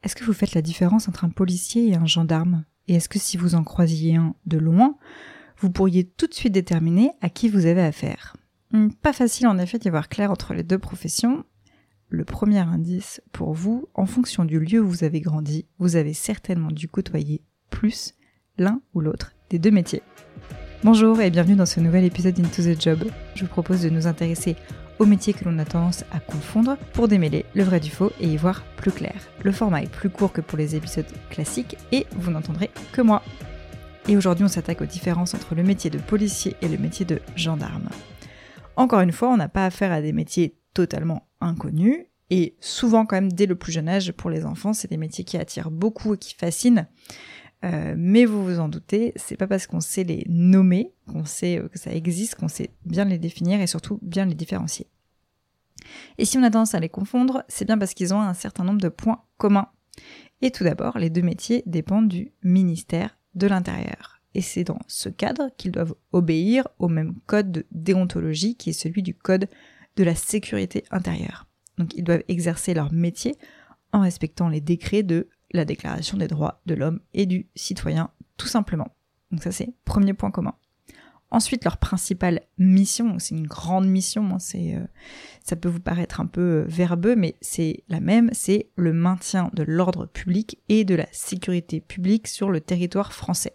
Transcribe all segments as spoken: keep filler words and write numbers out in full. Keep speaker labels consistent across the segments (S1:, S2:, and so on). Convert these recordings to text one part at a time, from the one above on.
S1: est-ce que vous faites la différence entre un policier et un gendarme ? Et est-ce que si vous en croisiez un de loin, vous pourriez tout de suite déterminer à qui vous avez affaire ? Pas facile en effet d'y voir clair entre les deux professions. Le premier indice pour vous, en fonction du lieu où vous avez grandi, vous avez certainement dû côtoyer plus l'un ou l'autre des deux métiers. Bonjour et bienvenue dans ce nouvel épisode d'Into the Job. Je vous propose de nous intéresser aux métiers que l'on a tendance à confondre pour démêler le vrai du faux et y voir plus clair. Le format est plus court que pour les épisodes classiques et vous n'entendrez que moi. Et aujourd'hui, on s'attaque aux différences entre le métier de policier et le métier de gendarme. Encore une fois, on n'a pas affaire à des métiers totalement inconnus et souvent quand même dès le plus jeune âge pour les enfants, c'est des métiers qui attirent beaucoup et qui fascinent. Euh, mais vous vous en doutez, c'est pas parce qu'on sait les nommer, qu'on sait que ça existe, qu'on sait bien les définir et surtout bien les différencier. Et si on a tendance à les confondre, c'est bien parce qu'ils ont un certain nombre de points communs. Et tout d'abord, les deux métiers dépendent du ministère de l'Intérieur. Et c'est dans ce cadre qu'ils doivent obéir au même code de déontologie qui est celui du code de la sécurité intérieure. Donc ils doivent exercer leur métier en respectant les décrets de la Déclaration des droits de l'homme et du citoyen, tout simplement. Donc ça, c'est premier point commun. Ensuite, leur principale mission, c'est une grande mission, hein, c'est, euh, ça peut vous paraître un peu euh, verbeux, mais c'est la même, c'est le maintien de l'ordre public et de la sécurité publique sur le territoire français.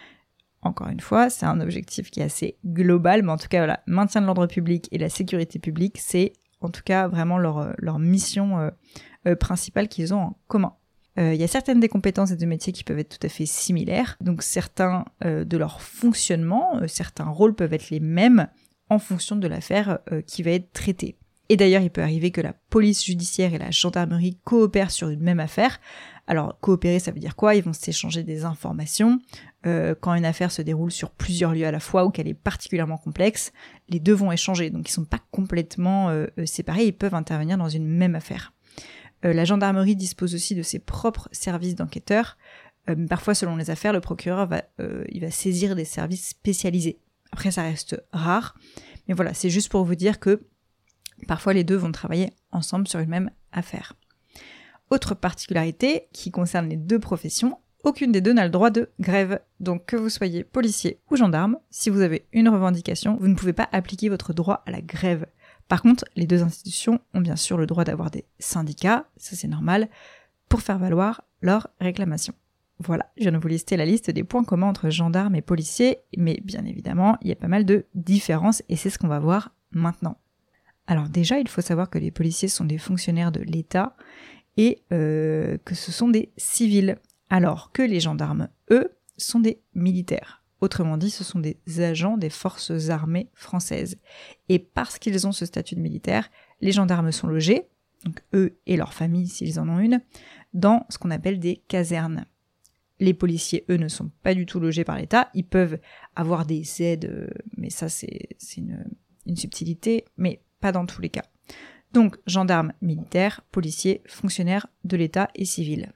S1: Encore une fois, c'est un objectif qui est assez global, mais en tout cas, voilà, maintien de l'ordre public et la sécurité publique, c'est en tout cas vraiment leur, leur mission euh, euh, principale qu'ils ont en commun. Euh, il y a certaines des compétences et des métiers qui peuvent être tout à fait similaires, donc certains euh, de leur fonctionnement, euh, certains rôles peuvent être les mêmes en fonction de l'affaire euh, qui va être traitée. Et d'ailleurs, il peut arriver que la police judiciaire et la gendarmerie coopèrent sur une même affaire. Alors, coopérer, ça veut dire quoi ? Ils vont s'échanger des informations. Euh, quand une affaire se déroule sur plusieurs lieux à la fois ou qu'elle est particulièrement complexe, les deux vont échanger, donc ils sont pas complètement euh, séparés, ils peuvent intervenir dans une même affaire. Euh, la gendarmerie dispose aussi de ses propres services d'enquêteurs. Euh, parfois, selon les affaires, le procureur va, euh, il va saisir des services spécialisés. Après, ça reste rare, mais voilà, c'est juste pour vous dire que parfois les deux vont travailler ensemble sur une même affaire. Autre particularité qui concerne les deux professions, aucune des deux n'a le droit de grève. Donc que vous soyez policier ou gendarme, si vous avez une revendication, vous ne pouvez pas appliquer votre droit à la grève. Par contre, les deux institutions ont bien sûr le droit d'avoir des syndicats, ça c'est normal, pour faire valoir leurs réclamations. Voilà, je viens de vous lister la liste des points communs entre gendarmes et policiers, mais bien évidemment, il y a pas mal de différences et c'est ce qu'on va voir maintenant. Alors déjà, il faut savoir que les policiers sont des fonctionnaires de l'État et euh, que ce sont des civils, alors que les gendarmes, eux, sont des militaires. Autrement dit, ce sont des agents des forces armées françaises. Et parce qu'ils ont ce statut de militaire, les gendarmes sont logés, donc eux et leur famille s'ils en ont une, dans ce qu'on appelle des casernes. Les policiers, eux, ne sont pas du tout logés par l'État, ils peuvent avoir des aides, mais ça c'est, c'est une, une subtilité, mais pas dans tous les cas. Donc, gendarmes, militaires, policiers, fonctionnaires de l'État et civils.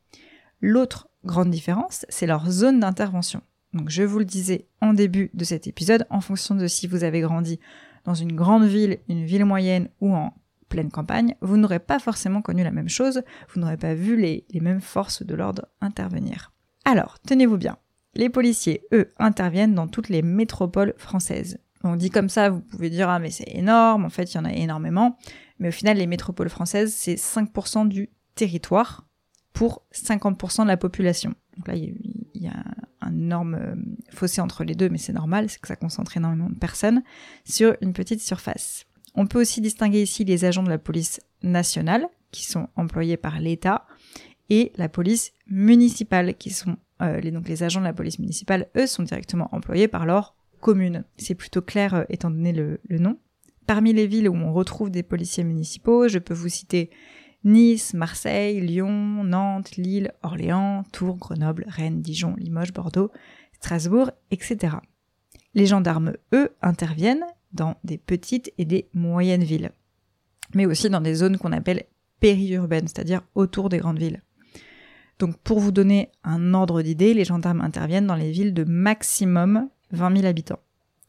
S1: L'autre grande différence, c'est leur zone d'intervention. Donc je vous le disais en début de cet épisode, en fonction de si vous avez grandi dans une grande ville, une ville moyenne ou en pleine campagne, vous n'aurez pas forcément connu la même chose, vous n'aurez pas vu les, les mêmes forces de l'ordre intervenir. Alors, tenez-vous bien, les policiers, eux, interviennent dans toutes les métropoles françaises. On dit comme ça, vous pouvez dire « Ah mais c'est énorme, en fait il y en a énormément », mais au final les métropoles françaises, c'est cinq pour cent du territoire pour cinquante pour cent de la population. Donc là, il y a un énorme fossé entre les deux, mais c'est normal, c'est que ça concentre énormément de personnes sur une petite surface. On peut aussi distinguer ici les agents de la police nationale, qui sont employés par l'État, et la police municipale, qui sont euh, les, donc les agents de la police municipale, eux, sont directement employés par leur commune. C'est plutôt clair euh, étant donné le, le nom. Parmi les villes où on retrouve des policiers municipaux, je peux vous citer Nice, Marseille, Lyon, Nantes, Lille, Orléans, Tours, Grenoble, Rennes, Dijon, Limoges, Bordeaux, Strasbourg, et cetera. Les gendarmes, eux, interviennent dans des petites et des moyennes villes, mais aussi dans des zones qu'on appelle périurbaines, c'est-à-dire autour des grandes villes. Donc pour vous donner un ordre d'idée, les gendarmes interviennent dans les villes de maximum vingt mille habitants.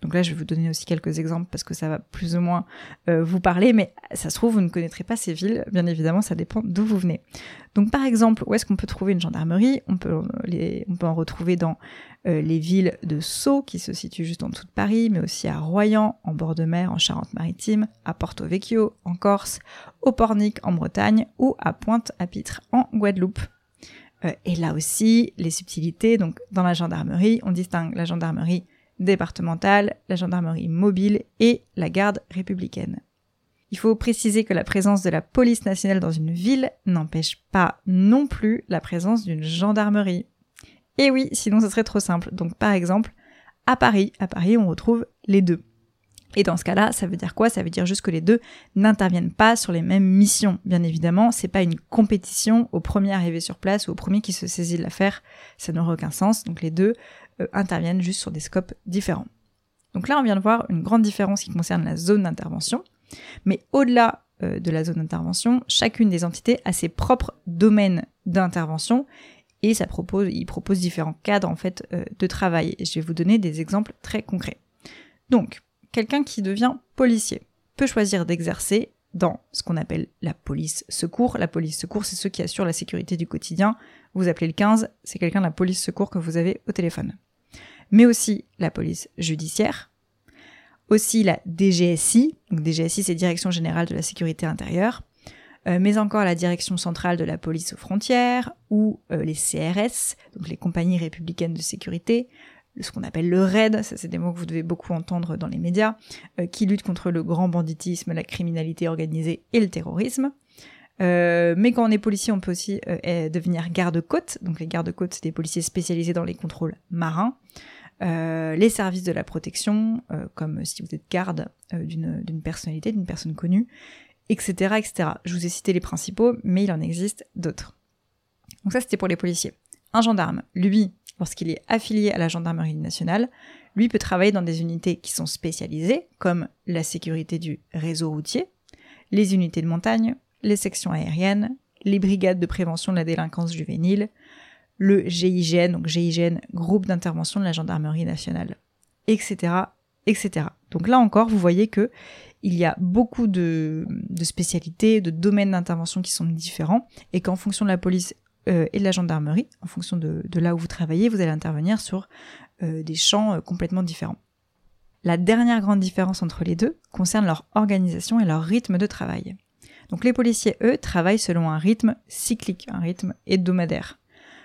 S1: Donc là, je vais vous donner aussi quelques exemples parce que ça va plus ou moins euh, vous parler, mais ça se trouve, vous ne connaîtrez pas ces villes. Bien évidemment, ça dépend d'où vous venez. Donc par exemple, où est-ce qu'on peut trouver une gendarmerie ? On peut, les, on peut en retrouver dans euh, les villes de Sceaux, qui se situent juste en dessous de Paris, mais aussi à Royan, en bord de mer, en Charente-Maritime, à Porto Vecchio, en Corse, au Pornic, en Bretagne, ou à Pointe-à-Pitre, en Guadeloupe. Euh, et là aussi, les subtilités, donc dans la gendarmerie, on distingue la gendarmerie départementale, la gendarmerie mobile et la garde républicaine. Il faut préciser que la présence de la police nationale dans une ville n'empêche pas non plus la présence d'une gendarmerie. Et oui, sinon ce serait trop simple. Donc par exemple, à Paris, à Paris on retrouve les deux. Et dans ce cas-là, ça veut dire quoi ? Ça veut dire juste que les deux n'interviennent pas sur les mêmes missions. Bien évidemment, c'est pas une compétition au premier arrivé sur place ou au premier qui se saisit de l'affaire. Ça n'aurait aucun sens. Donc les deux euh, interviennent juste sur des scopes différents. Donc là, on vient de voir une grande différence qui concerne la zone d'intervention. Mais au-delà euh, de la zone d'intervention, chacune des entités a ses propres domaines d'intervention et ça propose, il propose différents cadres en fait euh, de travail. Et je vais vous donner des exemples très concrets. Donc, quelqu'un qui devient policier peut choisir d'exercer dans ce qu'on appelle la police secours. La police secours, c'est ceux qui assurent la sécurité du quotidien. Vous appelez le quinze, c'est quelqu'un de la police secours que vous avez au téléphone. Mais aussi la police judiciaire, aussi la D G S I, donc D G S I c'est Direction Générale de la Sécurité Intérieure, euh, mais encore la Direction Centrale de la Police aux Frontières, ou euh, les C R S, donc les Compagnies Républicaines de Sécurité, ce qu'on appelle le R A I D, ça c'est des mots que vous devez beaucoup entendre dans les médias, euh, qui luttent contre le grand banditisme, la criminalité organisée et le terrorisme. Euh, mais quand on est policier, on peut aussi euh, devenir garde-côte, donc les garde-côtes c'est des policiers spécialisés dans les contrôles marins. Euh, les services de la protection, euh, comme si vous êtes garde euh, d'une, d'une personnalité, d'une personne connue, et cetera, et cetera. Je vous ai cité les principaux, mais il en existe d'autres. Donc ça, c'était pour les policiers. Un gendarme, lui, lorsqu'il est affilié à la gendarmerie nationale, lui peut travailler dans des unités qui sont spécialisées, comme la sécurité du réseau routier, les unités de montagne, les sections aériennes, les brigades de prévention de la délinquance juvénile, le G I G N, donc G I G N, groupe d'intervention de la gendarmerie nationale, et cetera, et cetera. Donc là encore, vous voyez que il y a beaucoup de, de spécialités, de domaines d'intervention qui sont différents, et qu'en fonction de la police euh, et de la gendarmerie, en fonction de, de là où vous travaillez, vous allez intervenir sur euh, des champs euh, complètement différents. La dernière grande différence entre les deux concerne leur organisation et leur rythme de travail. Donc les policiers, eux, travaillent selon un rythme cyclique, un rythme hebdomadaire.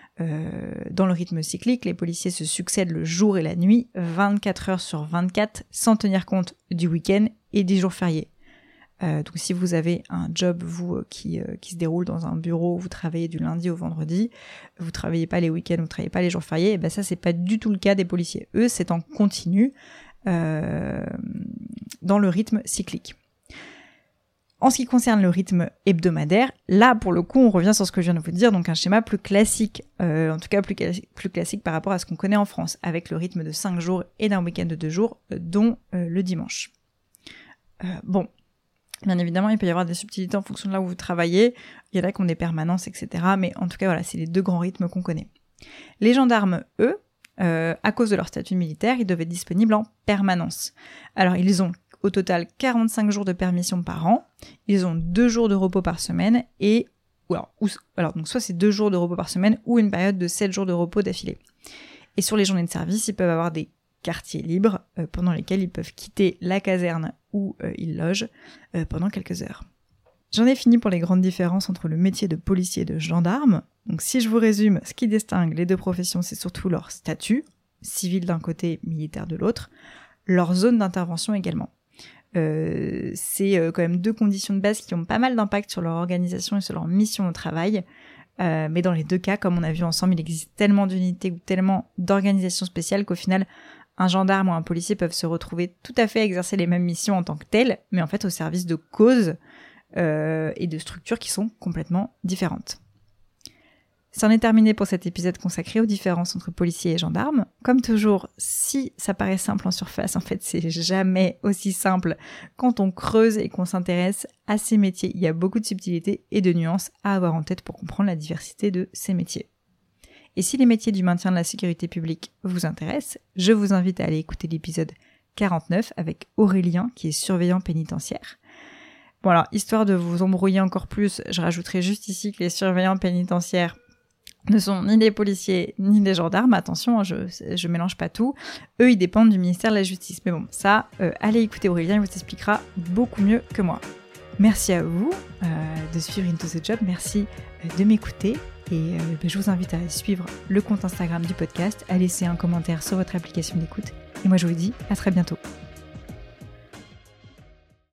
S1: Euh, dans le rythme cyclique, les policiers se succèdent le jour et la nuit, vingt-quatre heures sur vingt-quatre, sans tenir compte du week-end et des jours fériés. Euh, donc si vous avez un job, vous, euh, qui, euh, qui se déroule dans un bureau, vous travaillez du lundi au vendredi, vous travaillez pas les week-ends, vous travaillez pas les jours fériés, et ben ça c'est pas du tout le cas des policiers. Eux, c'est en continu, euh, dans le rythme cyclique. En ce qui concerne le rythme hebdomadaire, là, pour le coup, on revient sur ce que je viens de vous dire, donc un schéma plus classique, euh, en tout cas plus, plus classique par rapport à ce qu'on connaît en France, avec le rythme de cinq jours et d'un week-end de deux jours, euh, dont euh, le dimanche. Euh, bon, bien évidemment, il peut y avoir des subtilités en fonction de là où vous travaillez, il y en a qui ont des permanences, et cetera, mais en tout cas, voilà, c'est les deux grands rythmes qu'on connaît. Les gendarmes, eux, euh, à cause de leur statut militaire, ils devaient être disponibles en permanence. Alors, ils ont au total quarante-cinq jours de permission par an, ils ont deux jours de repos par semaine, et ou alors, ou, alors donc soit c'est deux jours de repos par semaine, ou une période de sept jours de repos d'affilée. Et sur les journées de service, ils peuvent avoir des quartiers libres, euh, pendant lesquels ils peuvent quitter la caserne où euh, ils logent, euh, pendant quelques heures. J'en ai fini pour les grandes différences entre le métier de policier et de gendarme. Donc si je vous résume, ce qui distingue les deux professions, c'est surtout leur statut, civil d'un côté, militaire de l'autre, leur zone d'intervention également. Euh, c'est euh, quand même deux conditions de base qui ont pas mal d'impact sur leur organisation et sur leur mission au travail. Euh, mais dans les deux cas, comme on a vu ensemble, il existe tellement d'unités ou tellement d'organisations spéciales qu'au final, un gendarme ou un policier peuvent se retrouver tout à fait à exercer les mêmes missions en tant que telles, mais en fait au service de causes euh, et de structures qui sont complètement différentes. C'en est terminé pour cet épisode consacré aux différences entre policiers et gendarmes. Comme toujours, si ça paraît simple en surface, en fait c'est jamais aussi simple quand on creuse et qu'on s'intéresse à ces métiers. Il y a beaucoup de subtilités et de nuances à avoir en tête pour comprendre la diversité de ces métiers. Et si les métiers du maintien de la sécurité publique vous intéressent, je vous invite à aller écouter l'épisode quarante-neuf avec Aurélien qui est surveillant pénitentiaire. Bon alors, histoire de vous embrouiller encore plus, je rajouterai juste ici que les surveillants pénitentiaires ne sont ni des policiers ni des gendarmes, attention, je, je mélange pas tout. Eux, ils dépendent du ministère de la Justice. Mais bon, ça, euh, allez écouter Aurélien, il vous expliquera beaucoup mieux que moi. Merci à vous euh, de suivre Into the Job, merci euh, de m'écouter et euh, bah, je vous invite à suivre le compte Instagram du podcast, à laisser un commentaire sur votre application d'écoute et moi je vous dis à très bientôt.